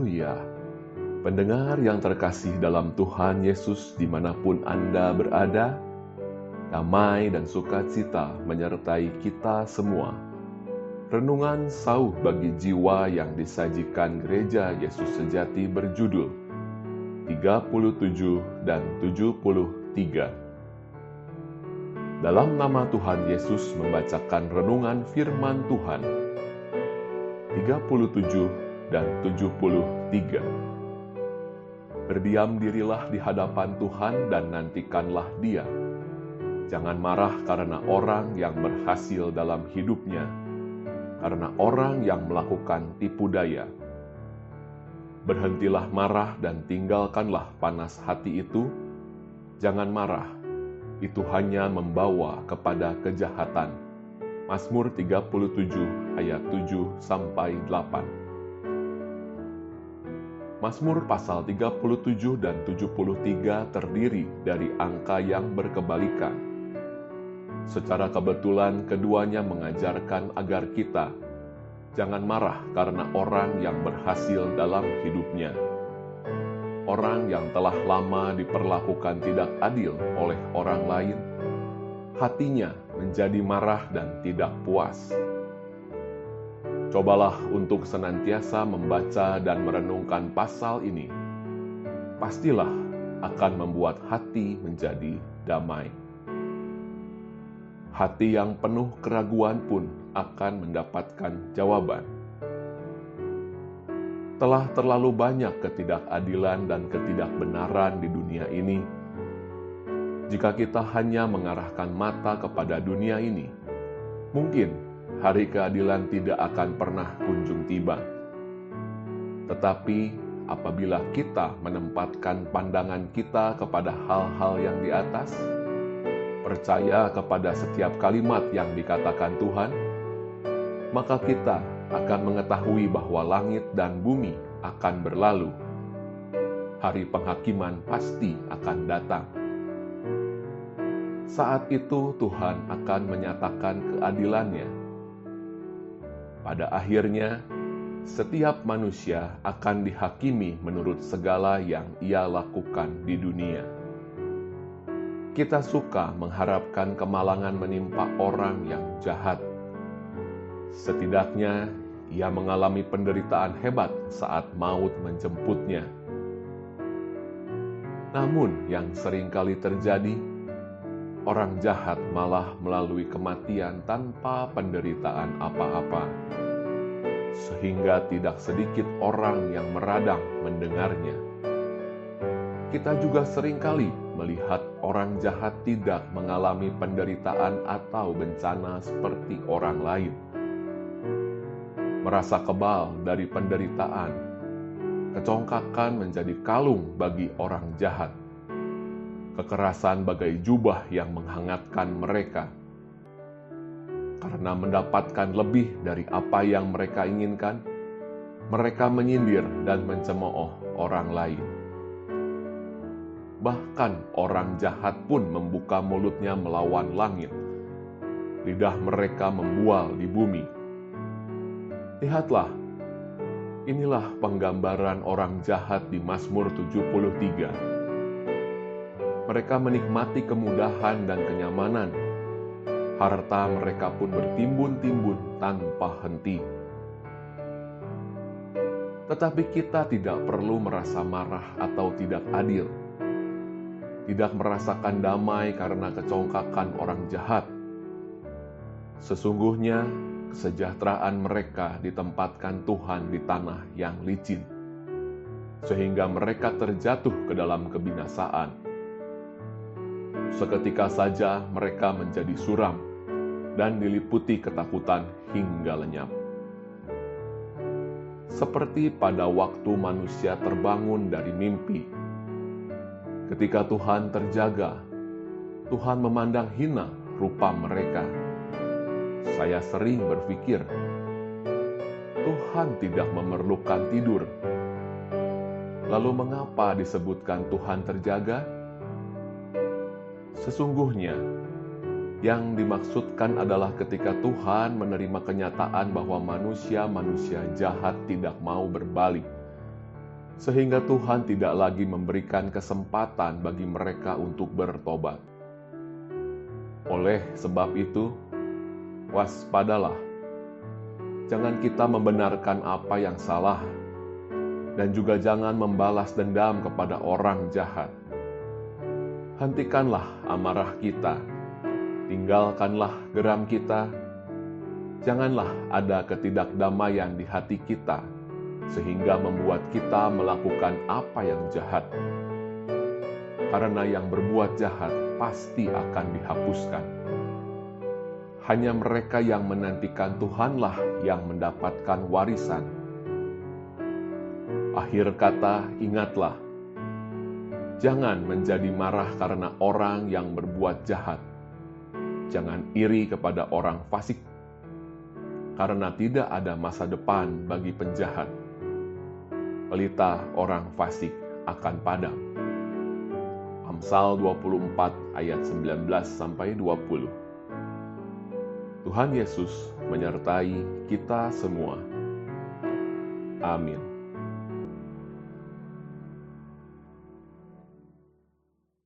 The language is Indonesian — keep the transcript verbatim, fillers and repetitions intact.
Haleluya. Pendengar yang terkasih dalam Tuhan Yesus dimanapun Anda berada, damai dan sukacita menyertai kita semua. Renungan sauh bagi jiwa yang disajikan Gereja Yesus Sejati berjudul tiga puluh tujuh dan tujuh puluh tiga. Dalam nama Tuhan Yesus membacakan renungan firman Tuhan tiga puluh tujuh dan tujuh puluh tiga. Berdiam dirilah di hadapan Tuhan dan nantikanlah Dia. Jangan marah karena orang yang berhasil dalam hidupnya, karena orang yang melakukan tipu daya. Berhentilah marah dan tinggalkanlah panas hati itu. Jangan marah, itu hanya membawa kepada kejahatan. Mazmur tiga puluh tujuh ayat tujuh sampai delapan. Mazmur pasal tiga puluh tujuh dan tujuh puluh tiga terdiri dari angka yang berkebalikan. Secara kebetulan keduanya mengajarkan agar kita jangan marah karena orang yang berhasil dalam hidupnya. Orang yang telah lama diperlakukan tidak adil oleh orang lain, hatinya menjadi marah dan tidak puas. Cobalah untuk senantiasa membaca dan merenungkan pasal ini. Pastilah akan membuat hati menjadi damai. Hati yang penuh keraguan pun akan mendapatkan jawaban. Telah terlalu banyak ketidakadilan dan ketidakbenaran di dunia ini. Jika kita hanya mengarahkan mata kepada dunia ini, mungkin hari keadilan tidak akan pernah kunjung tiba. Tetapi apabila kita menempatkan pandangan kita kepada hal-hal yang di atas, percaya kepada setiap kalimat yang dikatakan Tuhan, maka kita akan mengetahui bahwa langit dan bumi akan berlalu. Hari penghakiman pasti akan datang. Saat itu Tuhan akan menyatakan keadilannya. Pada akhirnya, setiap manusia akan dihakimi menurut segala yang ia lakukan di dunia. Kita suka mengharapkan kemalangan menimpa orang yang jahat. Setidaknya, ia mengalami penderitaan hebat saat maut menjemputnya. Namun, yang seringkali terjadi, orang jahat malah melalui kematian tanpa penderitaan apa-apa, sehingga tidak sedikit orang yang meradang mendengarnya. Kita juga seringkali melihat orang jahat tidak mengalami penderitaan atau bencana seperti orang lain. Merasa kebal dari penderitaan, kecongkakan menjadi kalung bagi orang jahat. Kekerasan bagai jubah yang menghangatkan mereka. Karena mendapatkan lebih dari apa yang mereka inginkan, mereka menyindir dan mencemooh orang lain. Bahkan orang jahat pun membuka mulutnya melawan langit. Lidah mereka membual di bumi. Lihatlah, inilah penggambaran orang jahat di Mazmur tujuh puluh tiga. Mereka menikmati kemudahan dan kenyamanan. Harta mereka pun bertimbun-timbun tanpa henti. Tetapi kita tidak perlu merasa marah atau tidak adil. Tidak merasakan damai karena kecongkakan orang jahat. Sesungguhnya, kesejahteraan mereka ditempatkan Tuhan di tanah yang licin, sehingga mereka terjatuh ke dalam kebinasaan. Seketika saja mereka menjadi suram dan diliputi ketakutan hingga lenyap. Seperti pada waktu manusia terbangun dari mimpi. Ketika Tuhan terjaga, Tuhan memandang hina rupa mereka. Saya sering berpikir, Tuhan tidak memerlukan tidur. Lalu mengapa disebutkan Tuhan terjaga? Sesungguhnya, yang dimaksudkan adalah ketika Tuhan menerima kenyataan bahwa manusia-manusia jahat tidak mau berbalik, sehingga Tuhan tidak lagi memberikan kesempatan bagi mereka untuk bertobat. Oleh sebab itu, waspadalah. Jangan kita membenarkan apa yang salah, dan juga jangan membalas dendam kepada orang jahat. Hentikanlah amarah kita, tinggalkanlah geram kita. Janganlah ada ketidakdamaian di hati kita, sehingga membuat kita melakukan apa yang jahat. Karena yang berbuat jahat pasti akan dihapuskan. Hanya mereka yang menantikan Tuhanlah yang mendapatkan warisan. Akhir kata, ingatlah, jangan menjadi marah karena orang yang berbuat jahat. Jangan iri kepada orang fasik, karena tidak ada masa depan bagi penjahat. Pelita orang fasik akan padam. Amsal dua puluh empat ayat sembilan belas sampai dua puluh. Tuhan Yesus menyertai kita semua. Amin.